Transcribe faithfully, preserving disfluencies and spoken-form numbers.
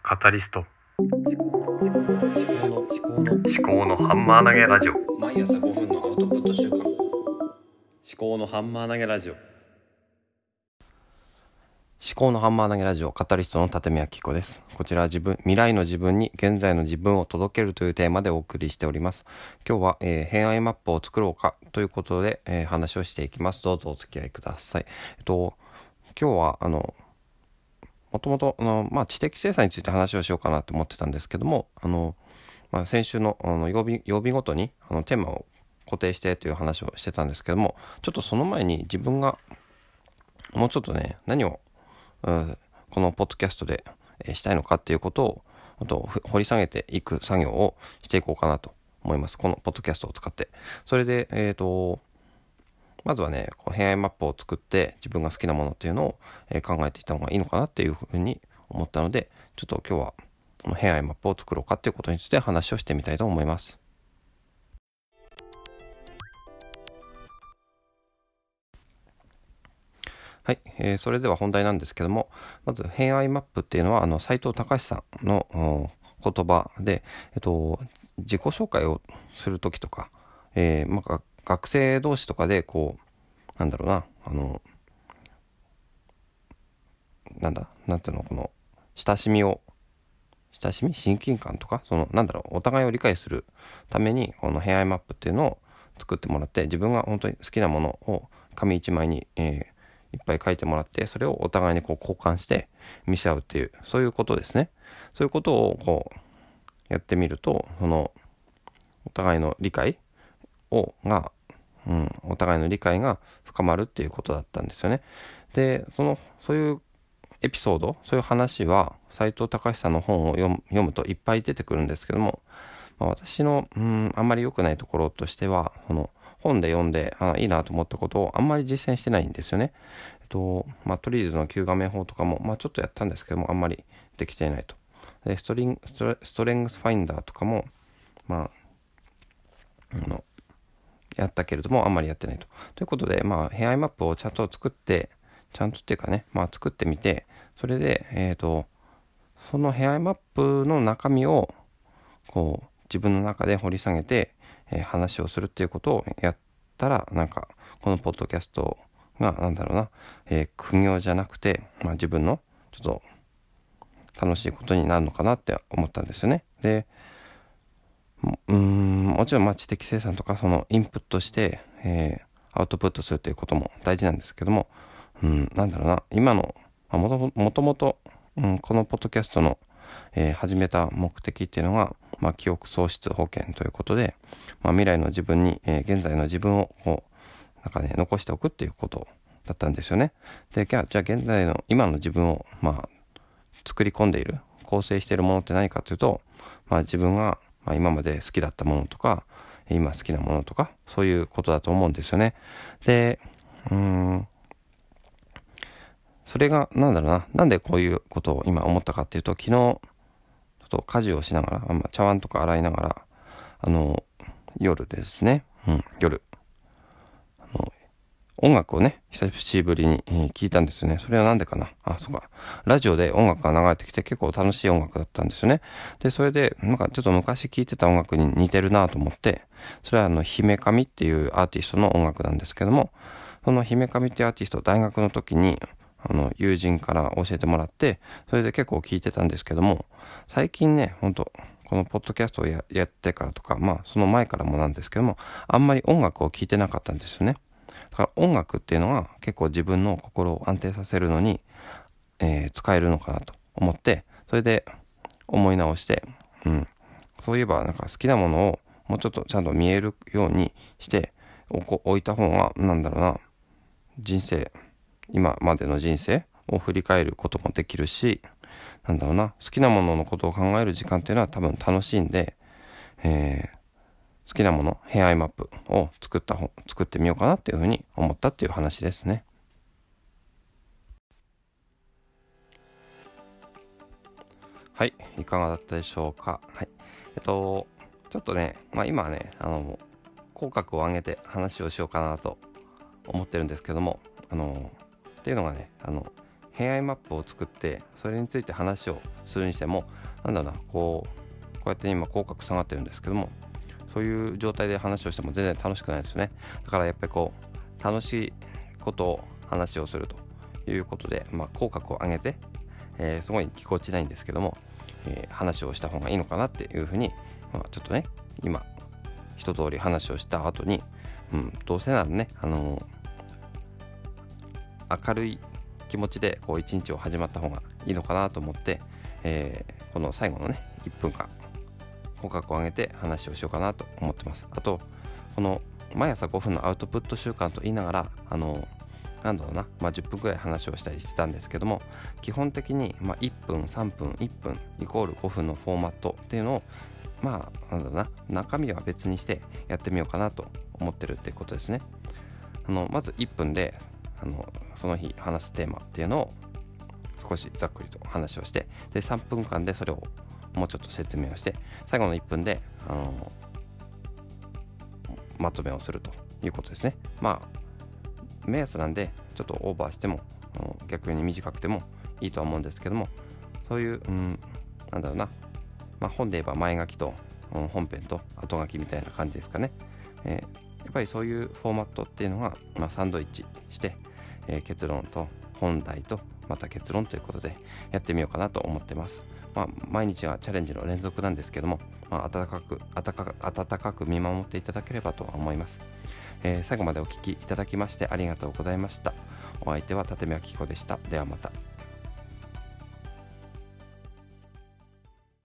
カタリスト思考の思考の思考のハンマー投げラジオ。 毎朝ごふんのアウトプット週間、思考のハンマー投げラジオ思考のハンマー投げラジオカタリストの立見明子です。こちらは自分未来の自分に現在の自分を届けるというテーマでお送りしております。今日は、えー、偏愛マップを作ろうかということで、えー、話をしていきます。どうぞお付き合いください。えっと今日はあのもともとあの、まあ、知的生産について話をしようかなと思ってたんですけども、あの、まあ、先週の、あの曜日、曜日ごとにあのテーマを固定してという話をしてたんですけども、ちょっとその前に自分がもうちょっとね何を、うん、このポッドキャストで、えーしたいのかっていうことをあと掘り下げていく作業をしていこうかなと思います。このポッドキャストを使って。それでえっとまずはね、こう偏愛マップを作って自分が好きなものっていうのを、えー考えていった方がいいのかなっていうふうに思ったので、ちょっと今日はこの偏愛マップを作ろうかっていうことについて話をしてみたいと思います。はい、えーそれでは本題なんですけども、まず偏愛マップっていうのはあの斉藤隆さんのお言葉で、えっと、自己紹介をするときとか、えーまあ、学生同士とかでこうなんだろうなあのなんだなんていうのこの親しみを親しみ親近感とかそのなんだろうお互いを理解するためにこの偏愛マップっていうのを作ってもらって、自分が本当に好きなものを紙一枚に、えーいっぱい書いてもらって、それをお互いにこう交換して見せ合うっていう、そういうことですね。そういうことをこうやってみると、そのお互いの理解をが、うん、お互いの理解が深まるっていうことだったんですよね。でそのそういうエピソード、そういう話は斉藤隆さんの本を読む、読むといっぱい出てくるんですけども、まあ、私のうんあんまり良くないところとしては、その本で読んであいいなと思ったことをあんまり実践してないんですよね。えっとまあ、トリーズの旧画面法とかも、まあ、ちょっとやったんですけどもあんまりできていないと。でストリンストレストレングスファインダーとかもまああのやったけれどもあんまりやってないと。ということで、まあ、偏愛マップをちゃんと作ってちゃんとっていうかね、まあ、作ってみて、それで、えーと、その偏愛マップの中身をこう自分の中で掘り下げて、えー話をするっていうことをやったら、なんかこのポッドキャストがなんだろうな、えー苦行じゃなくて、まあ、自分のちょっと楽しいことになるのかなって思ったんですよね。でうーんもちろんまあ知的生産とかそのインプットして、えーアウトプットするということも大事なんですけども、うん、なんだろうな今の、まあ、もともともと、うん、このポッドキャストの、えー始めた目的っていうのが、まあ、記憶喪失保険ということで、まあ、未来の自分に、えー現在の自分をこうなんかね残しておくっていうことだったんですよね。でじゃあじゃあ現在の今の自分をまあ作り込んでいる構成しているものって何かというと、まあ、自分がまあ、今まで好きだったものとか今好きなものとかそういうことだと思うんですよね。でうーんそれがなんだろうななんでこういうことを今思ったかっていうと、昨日ちょっと家事をしながら、まあ、茶碗とか洗いながらあの夜ですね、うん、夜あの音楽をね久しぶりに、えー聞いたんですよね。それはなんでかなあそうかラジオで音楽が流れてきて結構楽しい音楽だったんですよね。でそれでなんかちょっと昔聴いてた音楽に似てるなと思って、それはあの姫神っていうアーティストの音楽なんですけども、その姫神っていうアーティスト大学の時にあの友人から教えてもらって、それで結構聴いてたんですけども、最近ねほんとこのポッドキャストを や, やってからとか、まあその前からもなんですけども、あんまり音楽を聴いてなかったんですよね。だから音楽っていうのは結構自分の心を安定させるのに、えー使えるのかなと思って、それで思い直して、うん、そういえばなんか好きなものをもうちょっとちゃんと見えるようにしておこ置いた方がなんだろうな人生今までの人生を振り返ることもできるし、なんだろうな好きなもののことを考える時間っていうのは多分楽しいんで、えー好きなもの偏愛マップを作った方作ってみようかなっていうふうに思ったっていう話ですね。はい、いかがだったでしょうか。はい、えっとちょっとね、まあ今はねあの口角を上げて話をしようかなと思ってるんですけども、あのっていうのがねあの偏愛マップを作ってそれについて話をするにしても、なんだろうな、こうこうやって今口角下がってるんですけども、そういう状態で話をしても全然楽しくないですよね。だからやっぱりこう楽しいことを話をするということで、まあ、口角を上げて、えー、すごいぎこちないんですけども、えー、話をした方がいいのかなっていうふうに、まあ、ちょっとね今一通り話をした後に、うん、どうせならね、あのー、明るい気持ちでこう一日を始まった方がいいのかなと思って、えー、この最後のねいっぷんかん口角を上げて話をしようかなと思ってます。あとこの毎朝ごふんのアウトプット習慣と言いながら、あのーなんだろうな、まあ、じゅっぷんくらい話をしたりしてたんですけども、基本的にまあいっぷんさんぷんいっぷんイコールごふんのフォーマットっていうのを、まあなんだろうな、中身は別にしてやってみようかなと思ってるっていうことですね。あのまずいっぷんであのその日話すテーマっていうのを少しざっくりと話をして、でさんぷんかんでそれをもうちょっと説明をして、最後のいっぷんであのまとめをするということですね。まあ目安なんでちょっとオーバーしても逆に短くてもいいとは思うんですけども、そういう、うん、なんだろうな、まあ、本で言えば前書きと、うん、本編と後書きみたいな感じですかね。えー、やっぱりそういうフォーマットっていうのが、まあ、サンドイッチして、えー、結論と本題とまた結論ということでやってみようかなと思ってます。まあ、毎日はチャレンジの連続なんですけども、まあ、温かく温かく温かく見守っていただければと思います。えー、最後までお聞きいただきましてありがとうございました。お相手は立見明子でした。ではまた。